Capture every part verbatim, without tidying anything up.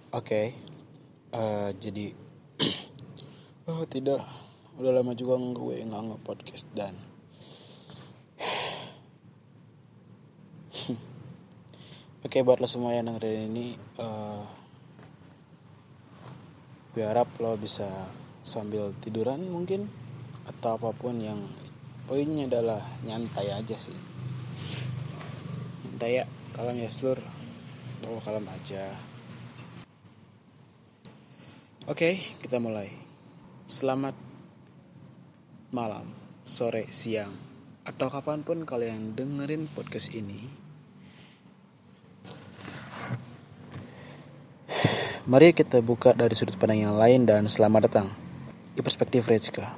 Oke, eh, jadi oh tidak, udah lama juga gue nggak nge-podcast dan oke buat lo semua yang dengerin ini, eh, gue harap lo bisa sambil tiduran mungkin atau apapun yang poinnya adalah nyantai aja sih, nyantai ya, kalem ya seluruh, bawa kalem aja. Oke, kita mulai. Selamat malam, sore, siang, atau kapanpun kalian dengerin podcast ini. Mari kita buka dari sudut pandang yang lain dan selamat datang di Perspektif Rejka.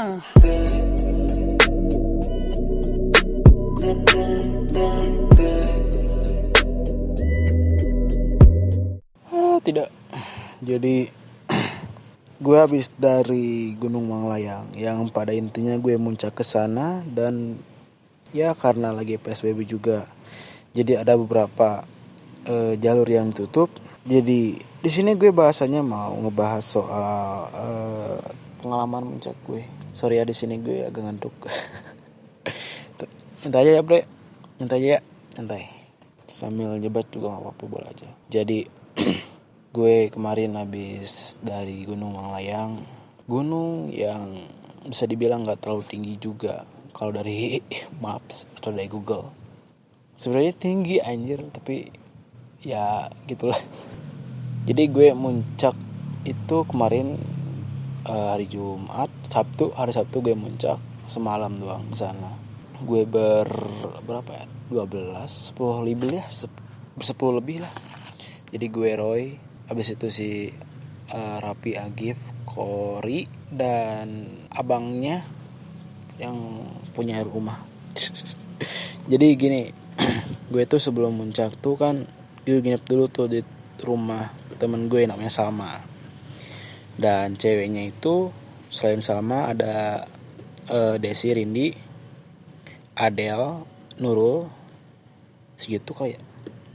Ah, tidak. Jadi gue habis dari Gunung Manglayang yang pada intinya gue muncak ke sana dan ya karena lagi P S B B juga. Jadi ada beberapa uh, jalur yang tutup. Jadi di sini gue bahasanya mau ngebahas soal uh, pengalaman muncak gue. Sorry ya di sini gue agak ngantuk. Nyantai aja ya bre, nyantai aja ya, nyantai. Sambil nyebat juga gak apa-apa, boleh aja. Jadi gue kemarin habis dari Gunung Manglayang, gunung yang bisa dibilang gak terlalu tinggi juga kalau dari Maps atau dari Google. Sebenarnya tinggi anjir, tapi ya gitulah. Jadi gue muncak itu kemarin uh, hari Jumat, Sabtu, hari Sabtu gue muncak semalam doang di sana. Gue ber berapa ya? dua belas, sepuluh lebih ya, sepuluh lebih lah. Jadi gue Roy, habis itu si uh, Rapi, Agif, Kori dan abangnya yang punya rumah. Jadi gini, gue tuh sebelum muncak tuh kan gue nginep dulu tuh di rumah temen gue namanya Salma, dan ceweknya itu selain Salma ada uh, Desi, Rindi, Adel, Nurul, segitu kali ya,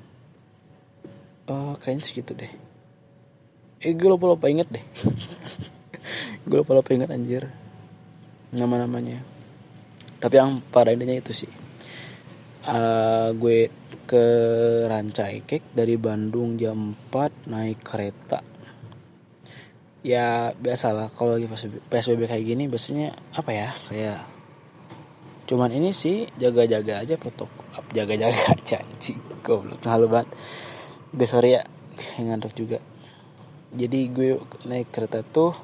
uh, kayaknya segitu deh. Eh gue lupa lupa inget deh. Gue lupa lupa inget anjir nama-namanya. Tapi yang pada intinya itu sih, uh, gue ke Rancaikek dari Bandung jam empat naik kereta. Ya biasalah kalau lagi P S B B kayak gini biasanya apa ya, kayak cuman ini sih jaga-jaga aja, protokol jaga-jaga janji goblok halu banget. Gue sorry ya ngantuk juga. Jadi gue naik kereta tuh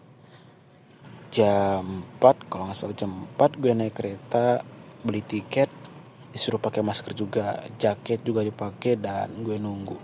jam empat, kalau nggak salah jam empat gue naik kereta, beli tiket, disuruh pakai masker juga, jaket juga dipakai, dan gue nunggu.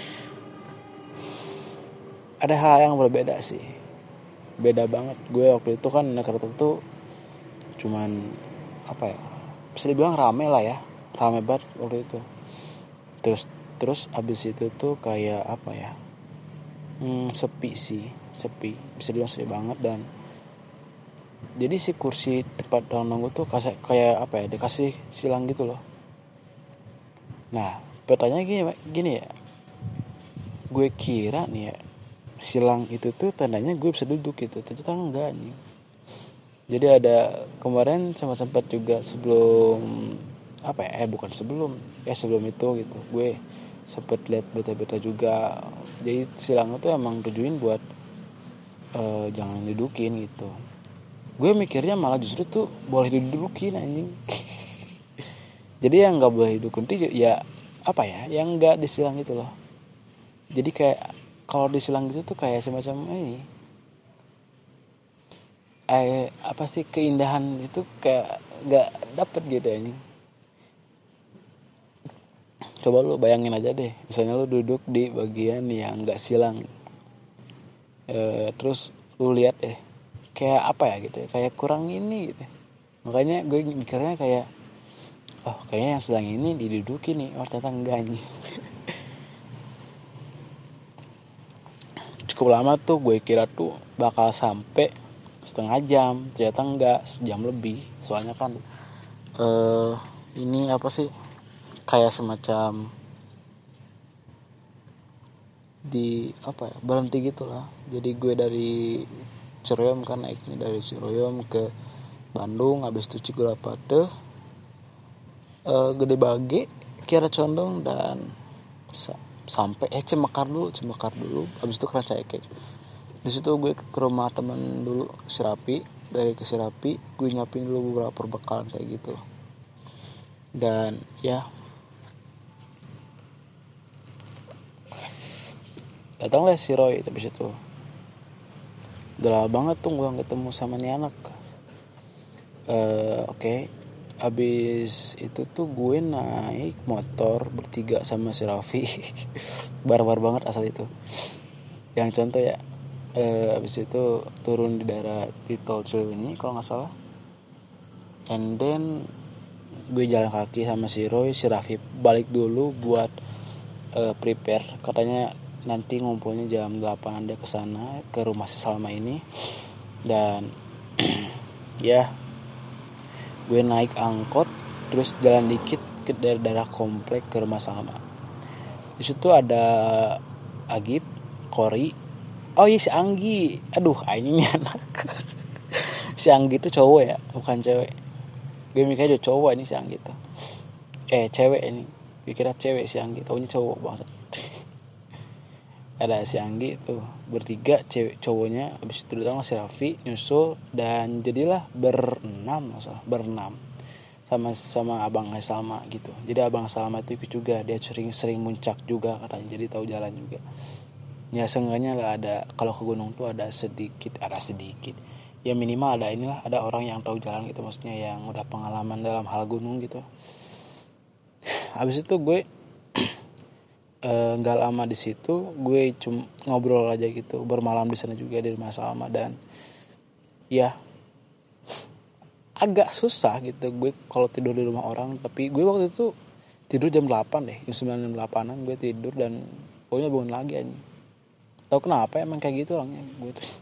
Ada hal yang berbeda sih, beda banget. Gue waktu itu kan naik kereta tuh cuman apa ya, bisa dibilang rame lah ya, rame banget waktu itu. Terus terus abis itu tuh kayak apa ya, hmm, sepi sih, sepi, bisa dibilang sepi banget. Dan jadi si kursi tempat orang nunggu tuh kayak kayak apa ya, dikasih silang gitu loh. Nah pertanyaannya gini, gini ya, gue kira nih ya, silang itu tuh tandanya gue bisa duduk gitu, ternyata enggak nih. Jadi ada kemarin sama sempat juga sebelum apa ya, eh bukan sebelum, ya sebelum itu gitu, gue sempet lihat berita-berita juga. Jadi silang itu emang tujuin buat uh, jangan didudukin gitu. Gue mikirnya malah justru tuh boleh didudukin anjing. Jadi yang nggak boleh didudukin tuh ya apa ya, yang nggak disilang gitu loh. Jadi kayak kalau disilang gitu tuh kayak semacam ini, eh apa sih, keindahan itu kayak nggak dapet gitu anjing. Coba lu bayangin aja deh, misalnya lu duduk di bagian yang nggak silang, e, terus lu lihat deh kayak apa ya gitu, kayak kurang ini gitu. Makanya gue mikirnya kayak, oh kayaknya yang silang ini didudukin nih, oh ternyata enggak nih. Cukup lama tuh, gue kira tuh bakal sampai setengah jam, ternyata enggak, sejam lebih. Soalnya kan eh ini apa sih, kayak semacam di apa ya, berhenti gitulah. Jadi gue dari Ciroyom kan naiknya dari Ciroyom ke Bandung, habis itu Cigolapate, uh, Gede Bage, Kiara Condong, dan sa- sampai eh Cemekar dulu, Cemekar dulu, habis itu Ranca Ekek. Di situ gue ke rumah temen dulu Sirapi, dari ke Sirapi gue nyiapin dulu beberapa perbekalan kayak gitu. Dan ya datang lah si Roy habis itu. Udah lama banget tuh gue ketemu sama nih anak. Uh, Oke, okay. Abis itu tuh gue naik motor bertiga sama si Raffi. Barbar banget asal itu. Yang contoh ya, uh, abis itu turun di daerah di tol Cileunyi kalau nggak salah. And then gue jalan kaki sama si Roy, si Raffi balik dulu buat uh, prepare. Katanya nanti ngumpulnya jam delapan dia kesana ke rumah si Salma ini. Dan ya gue naik angkot terus jalan dikit ke daerah-daerah komplek ke rumah Salma. Di situ ada Agib, Kori, oh iya si Anggi, aduh anjingnya anak. Si Anggi itu cowok ya, bukan cewek. Gue mikirnya dia cowok ini si Anggi tuh. Eh cewek ini, gue kira cewek si Anggi, taunya cowok banget. Ada si Anggi tuh bertiga, cewek cowoknya. Habis itu datang si Raffi nyusul dan jadilah berenam masalah berenam sama sama abang Salma gitu. Jadi abang Salma itu ikut juga, dia sering sering muncak juga katanya, jadi tahu jalan juga. Ya seenggaknya lah ada, kalau ke gunung tuh ada sedikit ada sedikit ya minimal ada inilah, ada orang yang tahu jalan gitu, maksudnya yang udah pengalaman dalam hal gunung gitu. Habis itu gue nggak uh, lama di situ, gue cuma ngobrol aja gitu, bermalam di sana juga di rumah Salma. Dan ya agak susah gitu gue kalau tidur di rumah orang, tapi gue waktu itu tidur jam delapan deh, jam sembilan jam delapanan gue tidur dan pokoknya bangun lagi aja. Tahu kenapa emang kayak gitu orangnya gue tuh.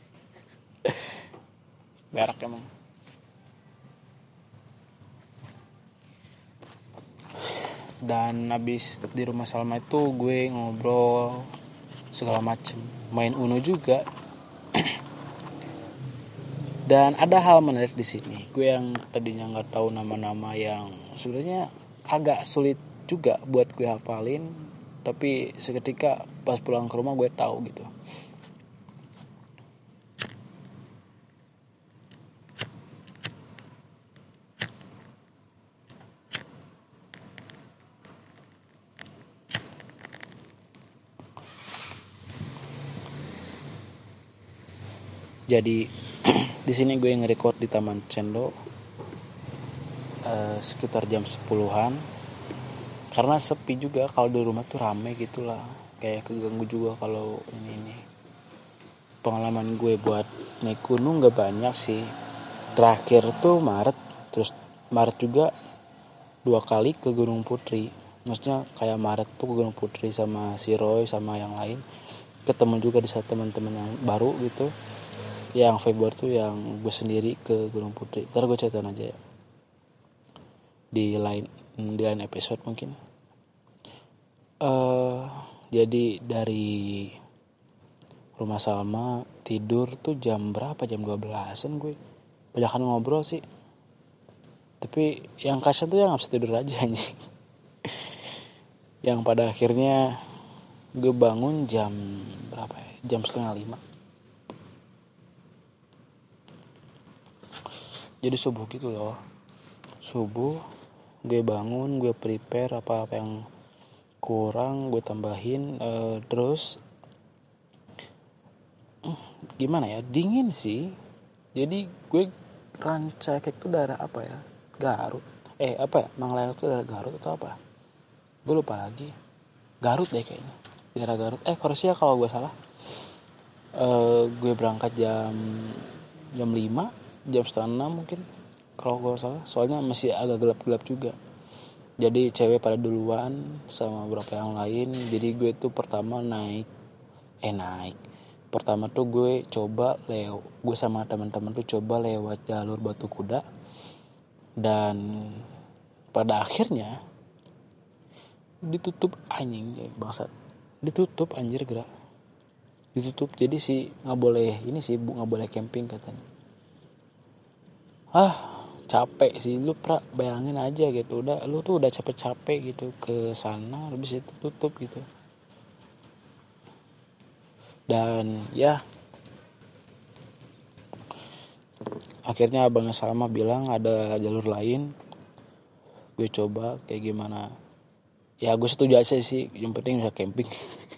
Berak emang. Dan habis di rumah Salma itu gue ngobrol segala macem, main Uno juga. Dan ada hal menarik di sini. Gue yang tadinya nggak tahu nama-nama yang sebenarnya agak sulit juga buat gue hafalin, tapi seketika pas pulang ke rumah gue tahu gitu. Jadi di sini gue nge-record di Taman Cendo uh, sekitar jam sepuluhan. Karena sepi juga, kalau di rumah tuh rame gitulah. Kayak keganggu juga kalau ini ini. Pengalaman gue buat naik gunung gak banyak sih. Terakhir tuh Maret, terus Maret juga dua kali ke Gunung Putri. Maksudnya kayak Maret tuh ke Gunung Putri sama si Roy sama yang lain. Ketemu juga di saat teman-teman yang baru gitu. Yang Februari tuh yang gue sendiri ke Gunung Putri. Ntar gue ceritain aja ya di lain di lain episode mungkin. Uh, jadi dari rumah Salma tidur tuh jam berapa, jam dua belasan gue. Banyakan ngobrol sih, tapi yang kasian tuh yang gak bisa tidur aja anjing. Yang pada akhirnya gue bangun jam berapa ya, jam setengah lima. Jadi subuh gitu loh. Subuh gue bangun, gue prepare apa-apa yang kurang gue tambahin. uh, Terus uh, gimana ya, dingin sih. Jadi gue Ranca Ekek itu daerah apa ya, Garut. Eh apa ya, Manglayang itu daerah Garut atau apa, gue lupa lagi. Garut deh kayaknya, daerah Garut. Eh koreksi ya kalau gue salah. uh, Gue berangkat jam jam lima, jam setengah enam mungkin kalau gue salah, soalnya masih agak gelap-gelap juga. Jadi cewek pada duluan sama beberapa yang lain. Jadi gue tuh pertama naik eh naik pertama tuh gue coba lew gue sama teman-teman tuh coba lewat jalur Batu Kuda. Dan pada akhirnya ditutup anjing bangsat. ditutup anjir gerak, ditutup. Jadi sih nggak boleh ini sih bu nggak boleh camping katanya. Ah capek sih lu pra bayangin aja gitu, udah lu tuh udah capek-capek gitu ke sana habis itu tutup gitu. Dan ya akhirnya abangnya Salma bilang ada jalur lain, gue coba kayak gimana. Ya gue setuju aja sih, yang penting bisa camping.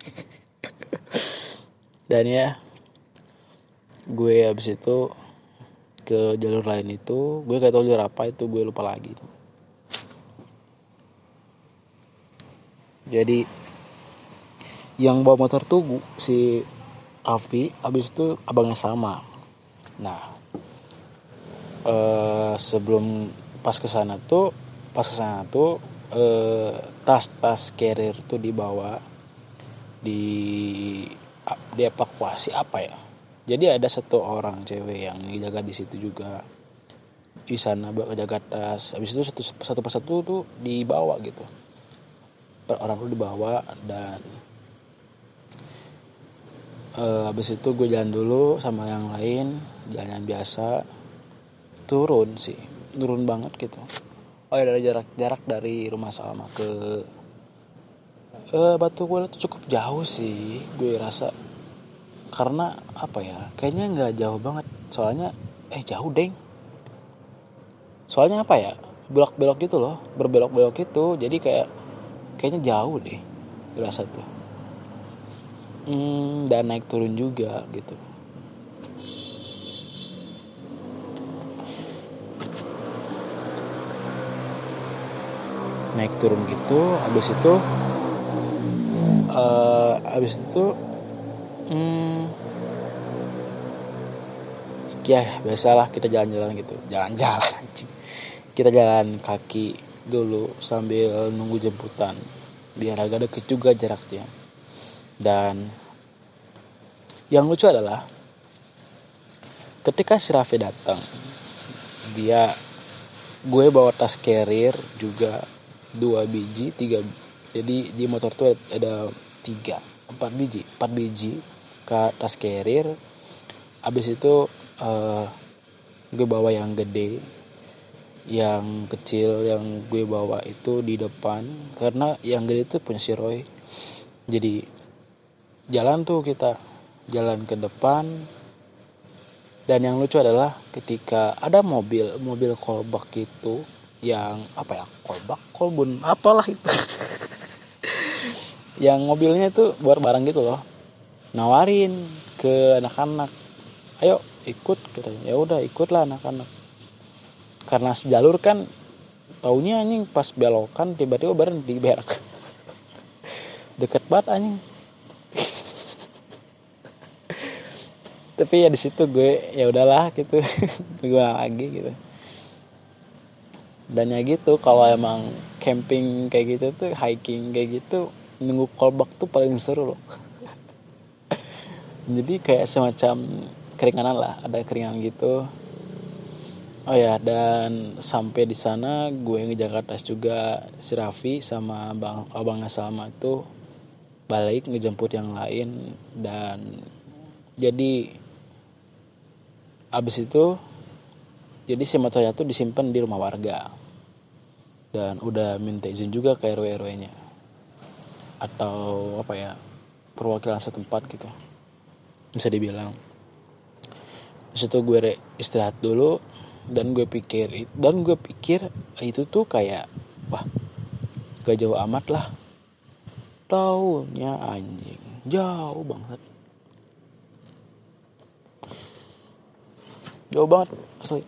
Dan ya gue habis itu ke jalur lain itu, gue gak tahu jalur apa itu, gue lupa lagi. Jadi yang bawa motor tuh si Afi, habis itu abangnya sama. Nah eh, sebelum pas kesana tuh, pas kesana tuh eh, tas-tas carrier tuh dibawa, di dievakuasi apa ya. Jadi ada satu orang cewek yang jaga di situ juga di sana jaga tas. Habis itu satu satu persatu tuh dibawa gitu. Per orang tuh dibawa dan uh, habis itu gue jalan dulu sama yang lain, jalan biasa. Turun sih, turun banget gitu. Oh ya, dari jarak jarak dari rumah Salma ke uh, Batu Kuda tuh cukup jauh sih, gue rasa. Karena apa ya, kayaknya nggak jauh banget. Soalnya eh jauh deng. Soalnya apa ya, belok-belok gitu loh, berbelok-belok gitu. Jadi kayak kayaknya jauh deh, rasa tuh. Hmm, dan naik turun juga gitu. Naik turun gitu, habis itu, uh, habis itu, hmm, ya biasalah kita jalan-jalan gitu, jalan-jalan anjing. Kita jalan kaki dulu sambil nunggu jemputan, biar agak deket juga jaraknya. Dan yang lucu adalah ketika si Raffi datang, dia gue bawa tas carrier juga dua biji, tiga, jadi di motor tuh ada tiga, empat biji, empat biji ke tas carrier. Abis itu uh, gue bawa yang gede, yang kecil yang gue bawa itu di depan karena yang gede itu punya si Roy. Jadi jalan tuh kita jalan ke depan. Dan yang lucu adalah ketika ada mobil mobil kolbak itu, yang apa ya, kolbak kolbun apalah itu yang mobilnya itu buat barang gitu loh, nawarin ke anak-anak, ayo ikut katanya. Ya udah ikutlah anak-anak, karena sejalur kan. Taunya anjing pas belokan tiba-tiba berhenti berak. Deket banget anjing. Tapi ya di situ gue ya udahlah gitu. Gue lagi gitu. Dan ya gitu, kalau emang camping kayak gitu tuh, hiking kayak gitu, nunggu kolbak tuh paling seru loh. Jadi kayak semacam keringanan lah, ada keringanan gitu. Oh ya, dan sampai di sana gue ngejaga tas juga. Si Raffi sama bang abangnya Salma itu balik ngejemput yang lain. Dan jadi abis itu, jadi si motornya tuh disimpan di rumah warga dan udah minta izin juga ke R W R W nya atau apa ya, perwakilan setempat gitu bisa dibilang. Di situ gue istirahat dulu. Dan gue pikir dan gue pikir itu tuh kayak wah gak jauh amat lah. Taunya anjing jauh banget, jauh banget asli.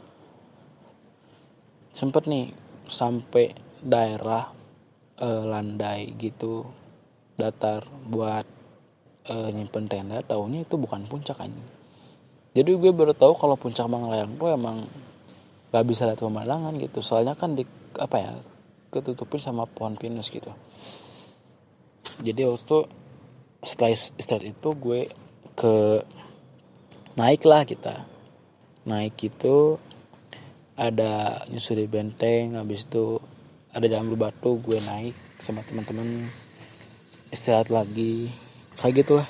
Sempet nih sampai daerah eh, landai gitu, datar buat eh, nyimpen tenda. Taunya itu bukan puncak anjing. Jadi gue baru tahu kalau puncak Manglayang tuh emang gak bisa lihat pemandangan gitu. Soalnya kan di apa ya, ketutupin sama pohon pinus gitu. Jadi waktu setelah istirahat itu gue ke naik lah kita. Naik itu ada nyusuri benteng, habis itu ada jalan berbatu, gue naik sama teman-teman. istirahat lagi, kayak gitulah.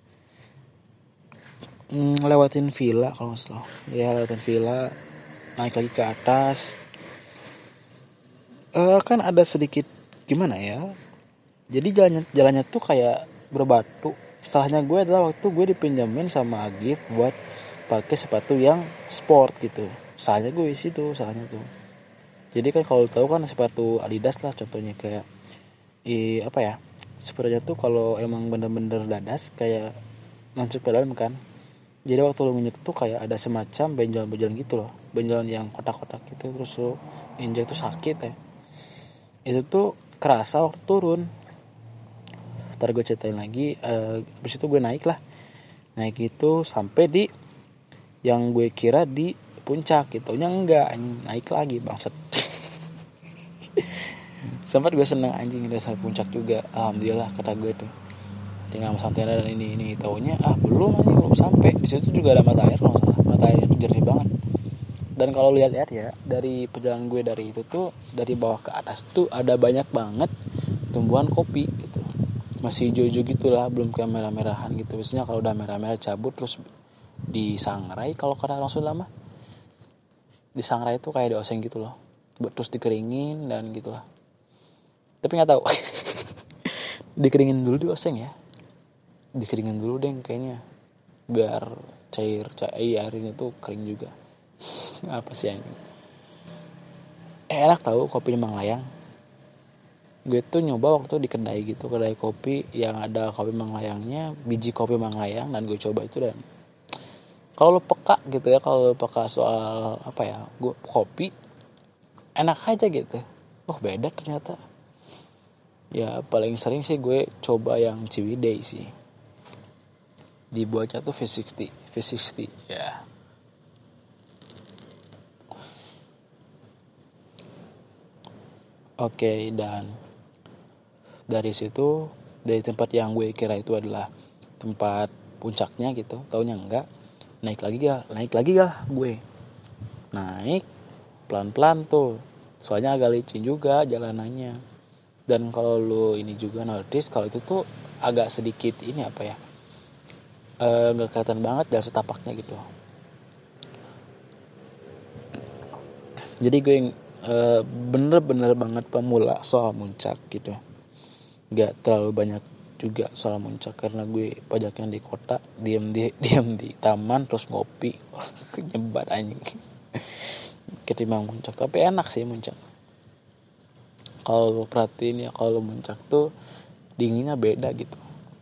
Hmm, lewatin villa kalau nggak salah, ya lewatin villa, naik lagi ke atas. Eh kan ada sedikit gimana ya, jadi jalannya jalannya tuh kayak berbatu. Salahnya gue adalah waktu gue dipinjamin sama Agif buat pakai sepatu yang sport gitu. Salahnya gue di situ, salahnya tuh. Jadi kan kalau tahu kan sepatu Adidas lah contohnya, kayak i apa ya, sepatunya tuh kalau emang bener-bener dadas kayak nancep ke dalam kan. Jadi waktu lu nginjek tuh kayak ada semacam benjolan-benjolan gitu loh, benjolan yang kotak-kotak gitu, terus lu injek tuh sakit ya. Itu tuh kerasa waktu turun. Ntar gue ceritain lagi. Uh, habis itu gue naik lah, naik itu sampai di yang gue kira di puncak gitu, nya enggak, naik lagi bangsat. Sempat gue seneng anjing udah sampai puncak juga, alhamdulillah kata gue tuh, tinggal sama tenda dan ini ini taunya ah belum anjing, belum sampai. Di situ juga ada mata air kalau salah, mata airnya tuh jernih banget. Dan kalau lihat-lihat ya dari perjalanan gue dari itu tuh, dari bawah ke atas tuh ada banyak banget tumbuhan kopi gitu, masih hijau-hijau gitu lah, belum kayak merah-merahan gitu. Biasanya kalau udah merah-merah cabut terus disangrai, kalau kata langsung lama disangrai itu kayak dioseng gitu loh, terus dikeringin dan gitulah. Tapi nggak tahu dikeringin dulu dioseng ya, dikeringin dulu deh kayaknya biar cair cair air ini tuh kering juga. Apa sih yang eh, enak tahu kopi Manglayang. Gue tuh nyoba waktu di kedai gitu, kedai kopi yang ada kopi Manglayangnya, biji kopi Manglayang, dan gue coba itu. Dan kalau lo peka gitu ya, kalau lo peka soal apa ya, gue kopi enak aja gitu. Oh beda ternyata. Ya paling sering sih gue coba yang Ciwidey sih, dibuatnya tuh V enam puluh V enam puluh ya. Oke, dan dari situ, dari tempat yang gue kira itu adalah tempat puncaknya gitu, taunya enggak. Naik lagi gak? Naik lagi gak gue? Naik pelan-pelan tuh, soalnya agak licin juga jalanannya. Dan kalau lu ini juga notice, kalau itu tuh agak sedikit ini apa ya, e, gak kelihatan banget dari setapaknya gitu. Jadi gue e, bener-bener banget pemula soal muncak gitu, gak terlalu banyak juga soal muncak karena gue pajaknya di kota, diam di diam di taman terus ngopi. Nyebat anjing ketimbang muncak. Tapi enak sih muncak, kalau lo perhatiin ya, kalau muncak tuh dinginnya beda gitu.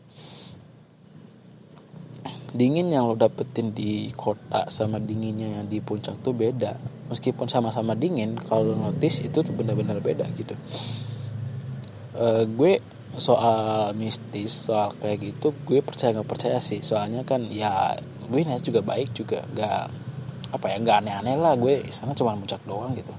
Dingin yang lo dapetin di kota sama dinginnya yang di puncak tuh beda. Meskipun sama-sama dingin, kalau lo notice itu tuh benar-benar beda gitu. Uh, gue soal mistis, soal kayak gitu, gue percaya nggak percaya sih. Soalnya kan ya gue niat juga baik juga, nggak apa ya, nggak aneh-aneh lah. Gue sana cuma muncak doang gitu.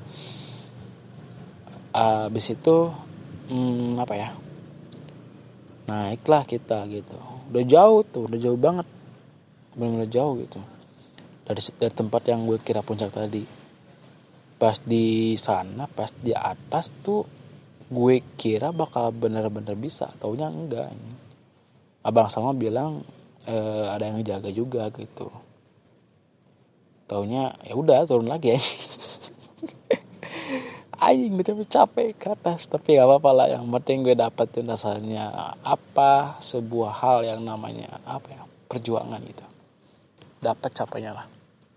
Uh, abis itu hmm, apa ya, naiklah kita gitu. Udah jauh tuh, udah jauh banget, benar-benar jauh gitu dari, dari tempat yang gue kira puncak tadi. Pas di sana, pas di atas tuh gue kira bakal bener-bener bisa, taunya enggak. Abang sama bilang e, ada yang jaga juga gitu, taunya ya udah turun lagi ya. Anjing gue capek-capek ke atas, tapi gak apa-apa lah, yang penting gue dapetin rasanya apa, sebuah hal yang namanya apa ya, perjuangan gitu, dapat capeknya lah.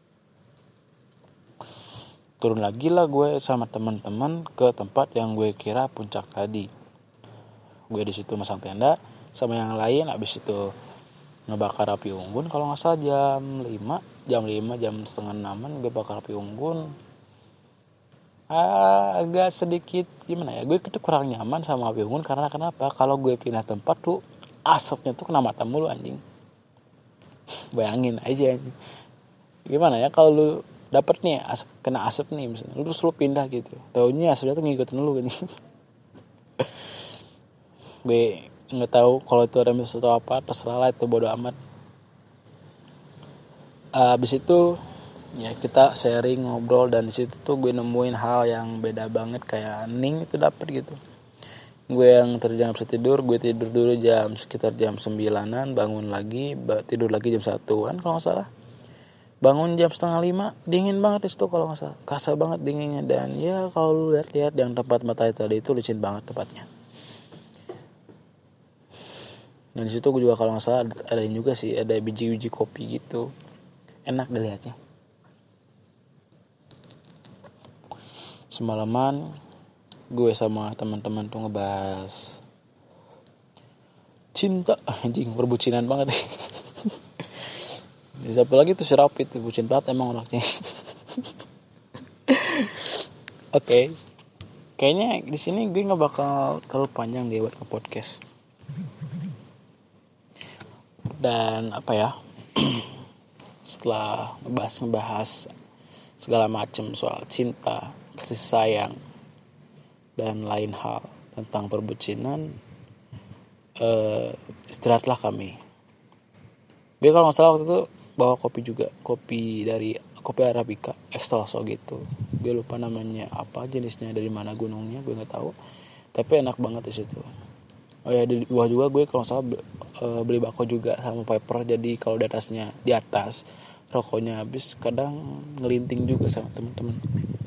Turun lagi lah gue sama teman-teman ke tempat yang gue kira puncak tadi. Gue di situ masang tenda sama yang lain, abis itu ngebakar api unggun. Kalau nggak salah jam lima, jam lima, jam setengah enaman gue bakar api unggun. Ah, agak sedikit gimana ya, gue itu kurang nyaman sama api unggun karena kenapa? Kalau gue pindah tempat tuh asapnya tuh kena mata mulu anjing. Bayangin aja anjing. Gimana ya kalau lu dapet nih asap, kena asap nih misalnya, lu terus lu pindah gitu, taunya asapnya tuh ngikutin lu kan. Gue nggak tahu kalau itu ada sesuatu apa, terserah lah, itu bodo amat. Uh, abis itu ya kita sharing, ngobrol, dan di situ tuh gue nemuin hal yang beda banget, kayak Ning itu dapet gitu. Gue yang terjang bisa tidur, gue tidur dulu jam sekitar jam sembilanan, bangun lagi, tidur lagi jam satuan kalau nggak salah. Bangun jam setengah lima, dingin banget di situ kalau nggak salah, kerasa banget dinginnya. Dan ya kalau lu lihat-lihat yang tempat matahari tadi itu licin banget tempatnya. Dan di situ gue juga kalau nggak salah ada juga sih, ada biji-biji kopi gitu, enak dilihatnya. Semalaman gue sama teman-teman tuh ngebahas cinta, anjing perbucinan banget. Siapa lagi tuh si Rapi tuh bucin banget emang anaknya. Oke, okay. Kayaknya di sini gue nggak bakal terlalu panjang deh buat nge-podcast. Dan apa ya? Setelah ngebahas ngebahas segala macam soal cinta, kasih sayang, dan lain hal tentang perbucinan, eh, istirahatlah kami. Gue kalau nggak salah waktu itu bawa kopi juga, kopi dari kopi Arabica Excelso gitu. Gue lupa namanya apa, jenisnya, dari mana gunungnya gue nggak tahu, tapi enak banget di situ. Oh ya, di bawah juga gue kalau nggak salah beli bako juga sama paper. Jadi kalau di atasnya, di atas rokoknya habis, kadang ngelinting juga sama teman-teman.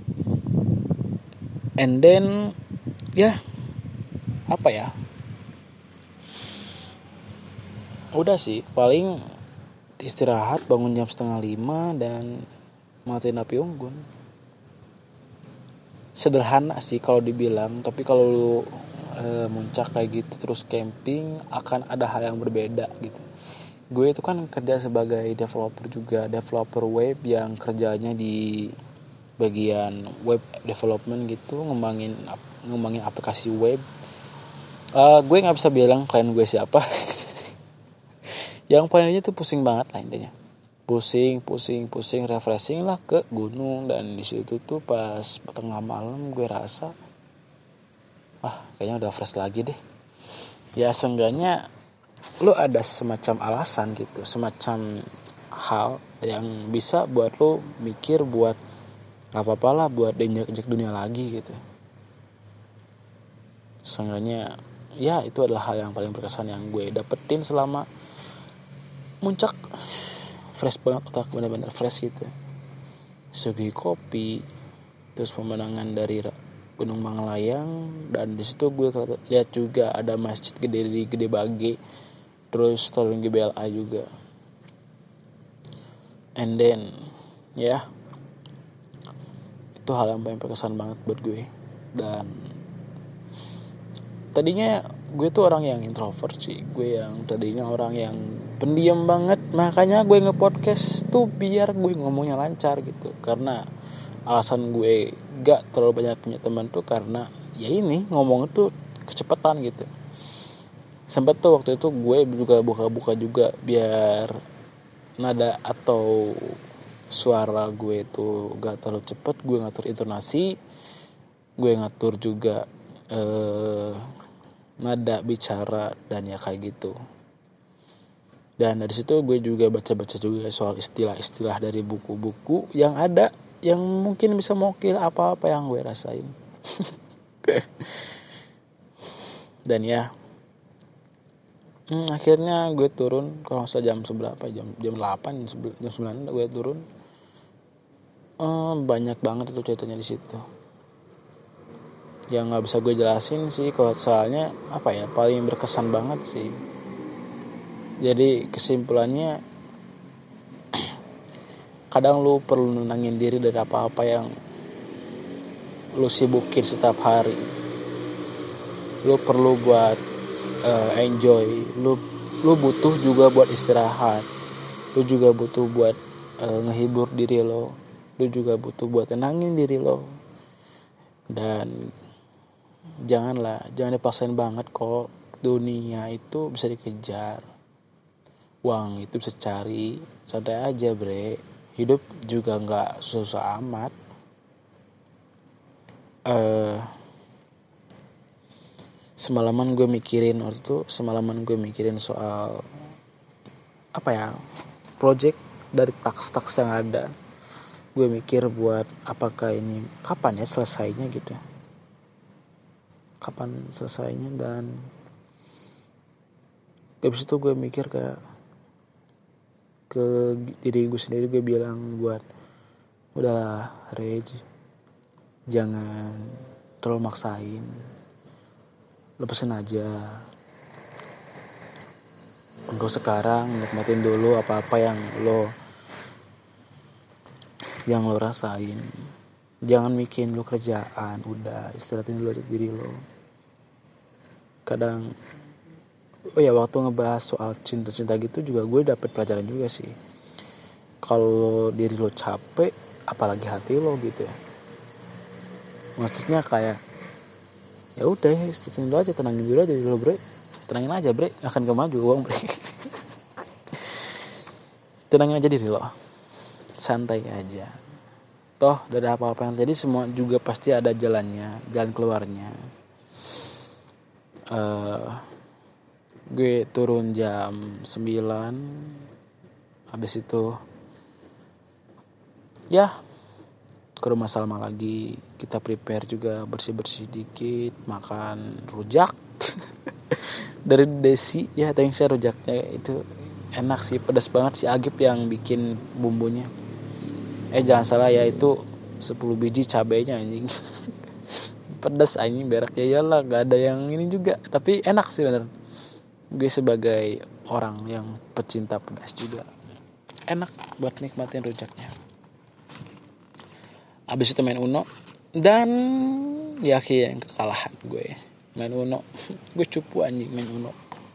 And then ya apa ya, udah sih paling istirahat, bangun jam setengah lima dan matiin api unggun. Sederhana sih kalau dibilang, tapi kalau lu e, muncak kayak gitu terus camping akan ada hal yang berbeda gitu. Gue itu kan kerja sebagai developer juga, developer web yang kerjanya di bagian web development gitu, ngembangin ngembangin aplikasi web. Uh, gue nggak bisa bilang klien gue siapa. Yang paling tuh pusing banget lah intinya. Pusing, pusing, pusing, refreshing lah ke gunung. Dan di situ tuh pas tengah malam gue rasa, wah kayaknya udah fresh lagi deh. Ya seenggaknya lu ada semacam alasan gitu, semacam hal yang bisa buat lu mikir buat gak apa-apa lah buat injak-injak dunia lagi gitu. Seenggaknya ya itu adalah hal yang paling berkesan yang gue dapetin selama muncak. Fresh banget otak, benar-benar fresh gitu. Suguhi kopi, terus pemandangan dari Gunung Manglayang, dan di situ gue lihat juga ada masjid gede di Gede Bage, terus tolong G B L A juga. And then ya itu hal yang paling berkesan banget buat gue. Dan tadinya gue tuh orang yang introvert sih, gue yang tadinya orang yang pendiam banget, makanya gue nge-podcast tuh biar gue ngomongnya lancar gitu. Karena alasan gue gak terlalu banyak punya teman tuh karena ya ini ngomong tuh kecepatan gitu. Sempet tuh waktu itu gue juga buka-buka juga biar nada atau suara gue tuh gak terlalu cepet, gue ngatur intonasi, gue ngatur juga eh, nada bicara dan ya kayak gitu. Dan dari situ gue juga baca-baca juga soal istilah-istilah dari buku-buku yang ada, yang mungkin bisa mewakili apa-apa yang gue rasain. Dan ya hmm, akhirnya gue turun kalau nggak salah jam seberapa, jam jam delapan, jam sembilan gue turun. Eh, banyak banget itu ceritanya di situ yang nggak bisa gue jelasin sih, kalau soalnya apa ya, paling berkesan banget sih. Jadi kesimpulannya, kadang lu perlu nenangin diri dari apa-apa yang lu sibukin setiap hari. Lu perlu buat uh, enjoy, lu lu butuh juga buat istirahat, lu juga butuh buat uh, ngehibur diri lo, lu juga butuh buat tenangin diri lo. Dan janganlah, jangan dipaksain banget kok. Dunia itu bisa dikejar, uang itu bisa cari, santai aja bre. Hidup juga nggak susah amat. Uh, semalaman gue mikirin waktu itu, semalaman gue mikirin soal apa ya, project dari taks-taks yang ada. Gue mikir buat apakah ini kapan ya selesainya gitu. kapan selesainya. Dan habis itu gue mikir kayak ke diri gue sendiri, gue bilang buat udahlah Reg, jangan terlalu maksain, lepasin aja untuk sekarang, nikmatin dulu apa-apa yang lo yang lo rasain. Jangan mikirin lo kerjaan, udah istirahatin dulu diri lo. Kadang oh ya, waktu ngebahas soal cinta-cinta gitu juga gue dapet pelajaran juga sih. Kalau diri lo capek, apalagi hati lo gitu ya. Maksudnya kayak ya udah istirahatin dulu aja, tenangin dulu aja diri lo bre, tenangin aja bre, akan kemaju uang bre. Tenangin aja diri lo, santai aja. Toh dari apa-apa yang tadi semua juga pasti ada jalannya, jalan keluarnya. Uh, gue turun jam sembilan, habis itu ya ke rumah Salma lagi, kita prepare juga bersih-bersih dikit, makan rujak dari Desi ya, thanks ya, rujaknya itu enak sih, pedas banget si Agip yang bikin bumbunya. Eh jangan salah ya, itu sepuluh biji cabenya anjing. Pedas anjing, berak ya iyalah, gak ada yang ini juga, tapi enak sih bener. Gue sebagai orang yang pecinta pedas juga enak buat nikmatin rujaknya. Abis itu main Uno, dan ya yang kekalahan gue main Uno. Gue cupu anjing main Uno.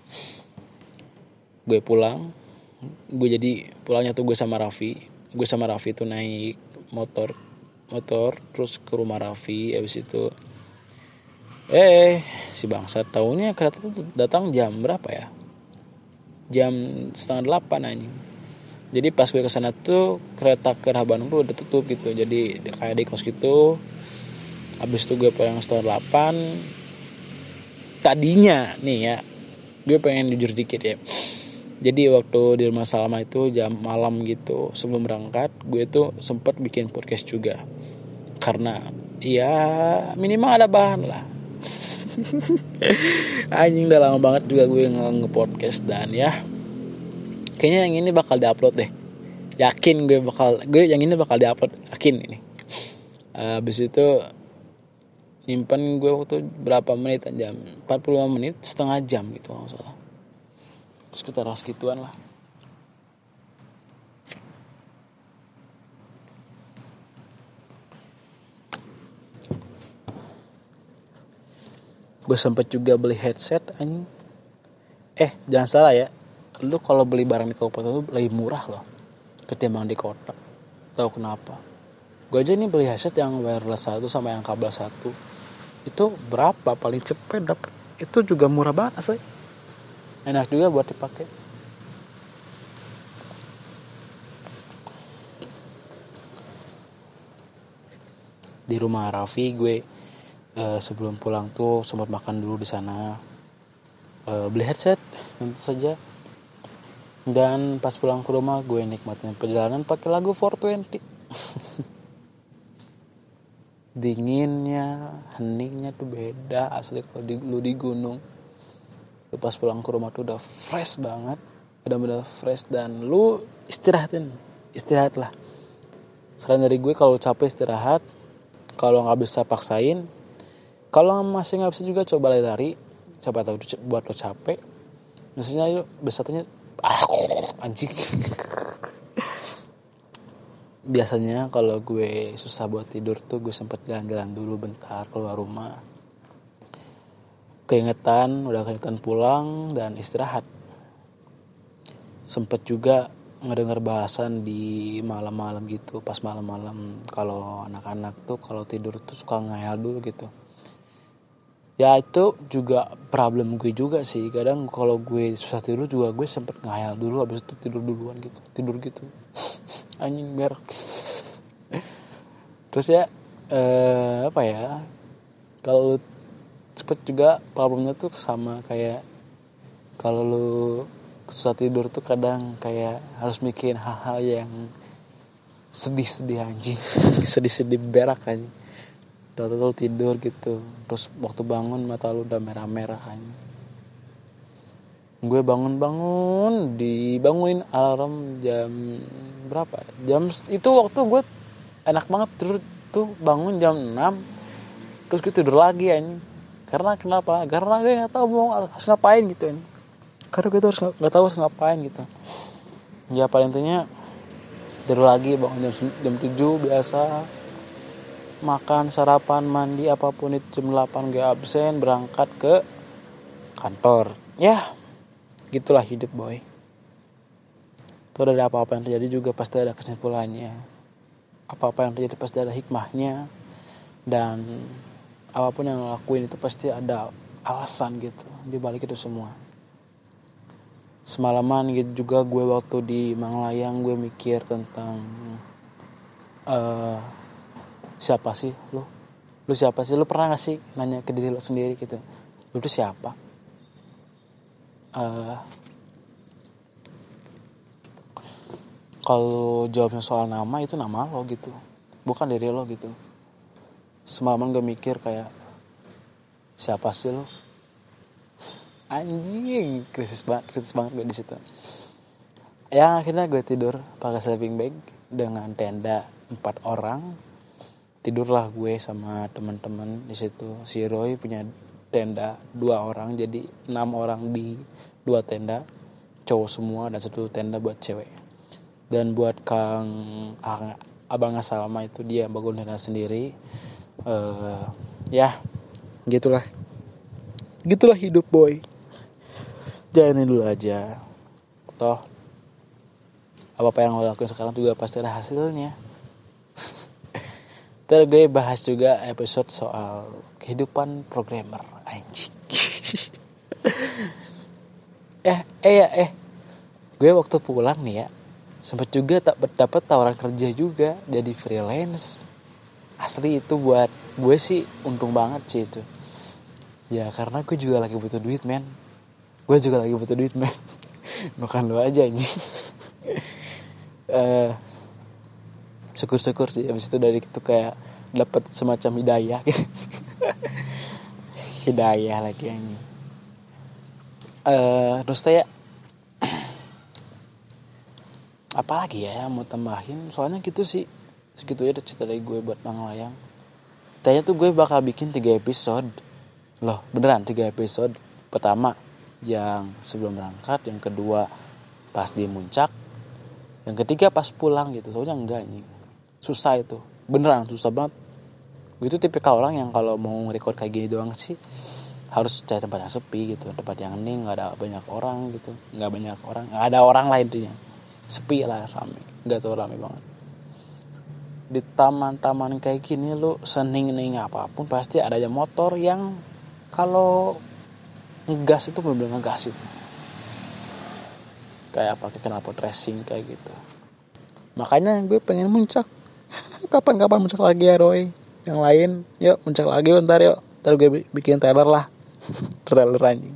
Gue pulang, gue jadi pulangnya tuh gue sama Raffi. Gue sama Raffi tuh naik motor motor terus ke rumah Raffi. Abis itu eh si bangsat taunya kereta tuh datang jam berapa ya, jam setengah delapan anjing. Jadi pas gue kesana tuh kereta ke arah Bandung tuh udah tutup gitu, jadi kayak di kos gitu. Abis itu gue pulang setengah delapan. Tadinya nih ya, gue pengen jujur dikit ya, jadi waktu di rumah Salma itu jam malam gitu sebelum berangkat, gue tuh sempet bikin podcast juga, karena ya minimal ada bahan lah. Anjing udah lama banget juga gue nge-podcast, dan ya kayaknya yang ini bakal diupload deh. Yakin gue bakal gue yang ini bakal diupload, yakin ini. Uh, habis itu nyimpen gue waktu berapa menit, jam empat puluh lima menit, setengah jam gitu kalau salah. Sekitar segituan lah. Gue sempet juga beli headset anjing. Eh jangan salah ya, lu kalau beli barang di kabupaten itu lebih murah loh ketimbang di kota. Tahu kenapa? Gue aja nih beli headset yang wireless satu sama yang kabel satu, itu berapa paling cepet dapet, itu juga murah banget asli. Enak juga buat dipakai. Di rumah Raffi gue uh, sebelum pulang tuh sempat makan dulu di sana, uh, beli headset tentu saja. Dan pas pulang ke rumah gue nikmatin perjalanan pakai lagu four twenty. Dinginnya, heningnya tuh beda asli kalau di, lu di gunung. Lu pas pulang ke rumah tuh udah fresh banget, benar-benar fresh, dan lu istirahatin, istirahat lah. Saran dari gue, kalau capek istirahat, kalau nggak bisa paksain, kalau masih nggak bisa juga coba lari-lari, coba tahu buat lo capek. Maksudnya yuk besarnya ah anjing. Biasanya kalau gue susah buat tidur tuh gue sempet jalan-jalan dulu bentar keluar rumah. Keingetan, udah keingetan pulang dan istirahat. Sempet juga ngedengar bahasan di malam-malam gitu, pas malam-malam kalau anak-anak tuh kalau tidur tuh suka ngayal dulu gitu. Ya itu juga problem gue juga sih, kadang kalau gue susah tidur juga gue sempet ngayal dulu, habis itu tidur duluan gitu, tidur gitu. Anjing berak. Terus ya eh, apa ya, kalau cepet juga problemnya tuh sama kayak kalau lu susah tidur tuh kadang kayak harus mikirin hal-hal yang sedih-sedih anjing. Sedih-sedih berak anjing. tahu-tahu lu tidur gitu, terus waktu bangun mata lu udah merah-merah kan. Gue bangun-bangun, dibangunin alarm jam berapa? Jam itu waktu gue enak banget tidur tuh, bangun jam enam, terus gue tidur lagi anjing. Karena kenapa? Karena gue nggak tahu mau harus ngapain gitu anjing. Karena gue tuh harus nggak tahu harus ngapain gitu. Ya paling intinya tidur lagi, bangun jam jam tujuh biasa, makan, sarapan, mandi, apapun itu jam delapan gue absen berangkat ke kantor. Ya, gitulah hidup boy. Tuh ada apa-apa yang terjadi juga pasti ada kesimpulannya. Apa-apa yang terjadi pasti ada hikmahnya. Dan apapun yang lo lakuin itu pasti ada alasan gitu di balik itu semua. Semalaman gitu juga gue waktu di Manglayang gue mikir tentang uh, siapa sih lo? Lu siapa sih? Lu pernah gak sih nanya ke diri lo sendiri gitu? Lu tuh siapa? Uh, kalau jawabnya soal nama, itu nama lo gitu, bukan diri lo gitu. Semalaman gue mikir kayak siapa sih lo? Anjing, krisis banget, krisis banget gue di situ. Ya akhirnya gue tidur pakai sleeping bag dengan tenda empat orang. Tidurlah gue sama teman-teman di situ. Si Roy punya tenda dua orang, jadi enam orang di dua tenda, cowok semua, dan satu tenda buat cewek. Dan buat Kang Abang Salma itu dia bangun tenda sendiri. Uh, ya gitulah, gitulah hidup boy. Jalanin dulu aja. Toh apa-apa yang lo lakuin sekarang juga pasti ada hasilnya. Terus gue bahas juga episode soal kehidupan programmer. Anjing. eh eh ya eh gue waktu pulang nih ya sempat juga tak dapat tawaran kerja juga jadi freelance. Asli itu buat gue sih untung banget sih itu. Ya karena gue juga lagi butuh duit men. Gue juga lagi butuh duit men. Bukan lo aja anjing. uh, syukur-syukur sih abis itu dari itu kayak dapat semacam hidayah gitu. Hidayah lagi anjing. Uh, terus kayak apa lagi ya mau tambahin, soalnya gitu sih, segitu aja cerita dari gue buat Manglayang. Tanya tuh gue bakal bikin tiga episode loh, beneran tiga episode. Pertama yang sebelum berangkat, yang kedua pas di Muncak, yang ketiga pas pulang gitu. Soalnya enggak anjing, susah itu, beneran susah banget. Gue itu tipikal orang yang kalau mau record kayak gini doang sih harus cari tempat yang sepi gitu, tempat yang hening, nggak ada banyak orang gitu, nggak banyak orang, nggak ada orang lain intinya, sepi lah, rame, nggak terlalu rame banget. Di taman-taman kayak gini lu sening-ning apapun pasti ada aja motor yang kalau ngegas itu bener-bener ngegas itu, kayak pakai knalpot racing kayak gitu. Makanya gue pengen muncak. Kapan-kapan muncak lagi ya Roy, yang lain yuk muncak lagi bentar yuk, ntar gue bikin trailer lah. Trailer anjing.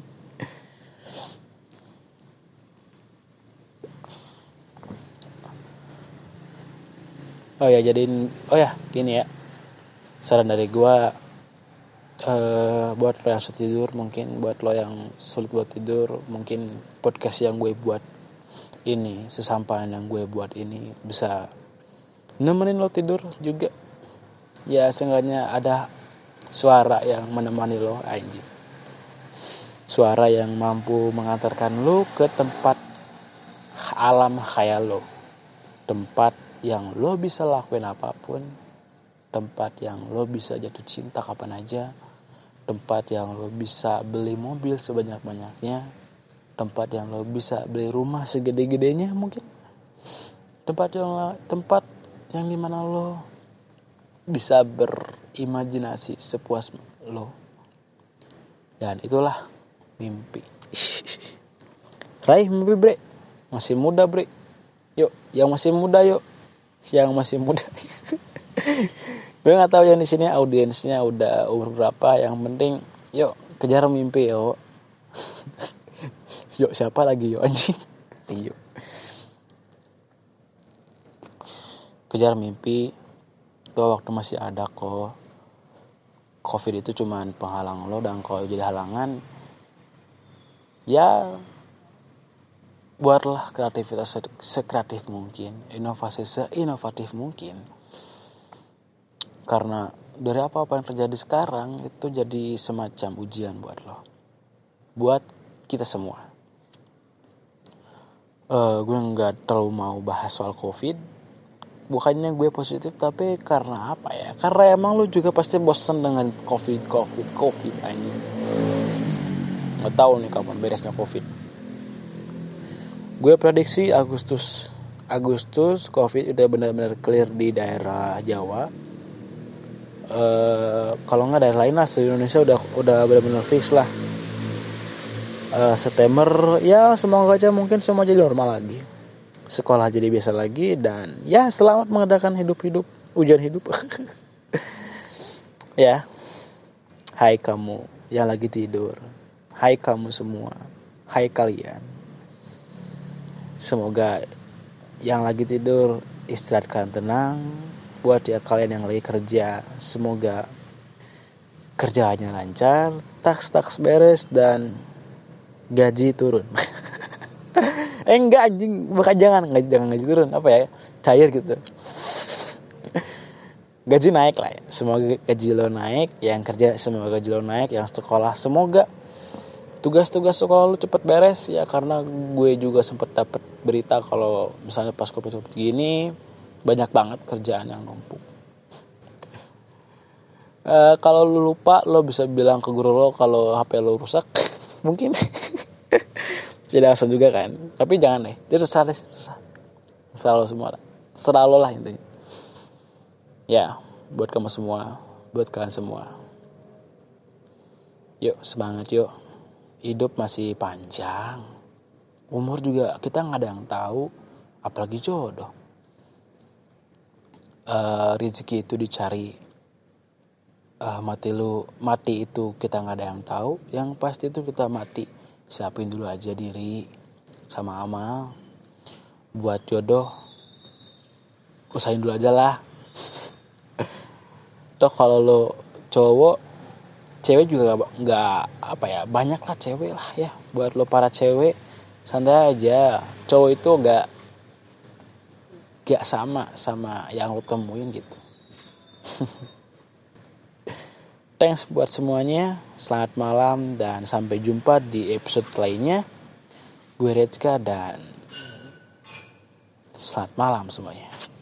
Oh ya jadiin, oh ya gini ya, saran dari gue uh, buat lo yang susah tidur, mungkin buat lo yang sulit buat tidur, mungkin podcast yang gue buat ini, sesampaian yang gue buat ini bisa nemenin lo tidur juga. Ya seenggaknya ada suara yang menemani lo anjing. Suara yang mampu mengantarkan lo ke tempat alam khayal lo. Tempat yang lo bisa lakuin apapun. Tempat yang lo bisa jatuh cinta kapan aja. Tempat yang lo bisa beli mobil sebanyak-banyaknya. Tempat yang lo bisa beli rumah segede-gedenya mungkin. Tempat yang tempat yang dimana lo bisa berimajinasi sepuas lo. Dan itulah mimpi. Raih mimpi bre. Masih muda bre. Yuk, yang masih muda yuk. Yang masih muda. Gue nggak tahu yang di sini audiensnya udah umur berapa. Yang penting, yuk kejar mimpi yuk. Yuk siapa lagi yuk anjing. Yuk. Kejar mimpi. Tuh waktu masih ada kok. COVID itu cuman penghalang lo, dan kalau jadi halangan ya buatlah kreativitas sekreatif mungkin, inovasi seinovatif mungkin. Karena dari apa-apa yang terjadi sekarang itu jadi semacam ujian buat lo, buat kita semua. Uh, gue nggak terlalu mau bahas soal COVID. Bukannya gue positif, tapi karena apa ya? Karena emang lo juga pasti bosen dengan COVID, COVID, COVID aja. Nggak tahu nih kapan beresnya COVID. Gue prediksi Agustus Agustus COVID udah benar-benar clear di daerah Jawa. Uh, kalau nggak daerah lain lah, se-Indonesia udah udah benar-benar fix lah. Uh, September ya semoga aja mungkin semua jadi normal lagi. Sekolah jadi biasa lagi, dan ya selamat mengadakan hidup-hidup ujian hidup. Ya. Hai kamu yang lagi tidur. Hai kamu semua. Hai kalian. Semoga yang lagi tidur istirahat kalian tenang. Buat ya kalian yang lagi kerja, semoga kerjaannya lancar, taks-taks beres, dan gaji turun. eh enggak anjing, bukan jangan, jangan gaji turun, apa ya, cair gitu. Gaji naik lah ya. Semoga gaji lo naik, yang kerja semoga gaji lo naik, yang sekolah semoga tugas-tugas sekolah lu cepet beres ya, karena gue juga sempet dapet berita kalau misalnya pas COVID seperti gini banyak banget kerjaan yang numpuk. Uh, kalau lu lupa, lo bisa bilang ke guru lo kalau H P lo rusak. Mungkin tidak alasan juga kan, tapi jangan deh, dia terserah deh, terserah, terserah lo semua lah, terserah lo lah intinya. Ya, buat kamu semua, buat kalian semua, yuk semangat yuk. Hidup masih panjang, umur juga kita nggak ada yang tahu, apalagi jodoh. Uh, rezeki itu dicari, uh, mati lu mati itu kita nggak ada yang tahu. Yang pasti itu kita mati. Siapin dulu aja diri sama amal. Buat jodoh, usahain dulu aja lah. Toh kalau lo cowok, cewek juga nggak apa ya, banyak lah cewek lah ya. Buat lo para cewek, santai aja. Cowok itu nggak nggak sama sama yang lo temuin gitu. Thanks buat semuanya. Selamat malam dan sampai jumpa di episode lainnya. Gue Rezka dan selamat malam semuanya.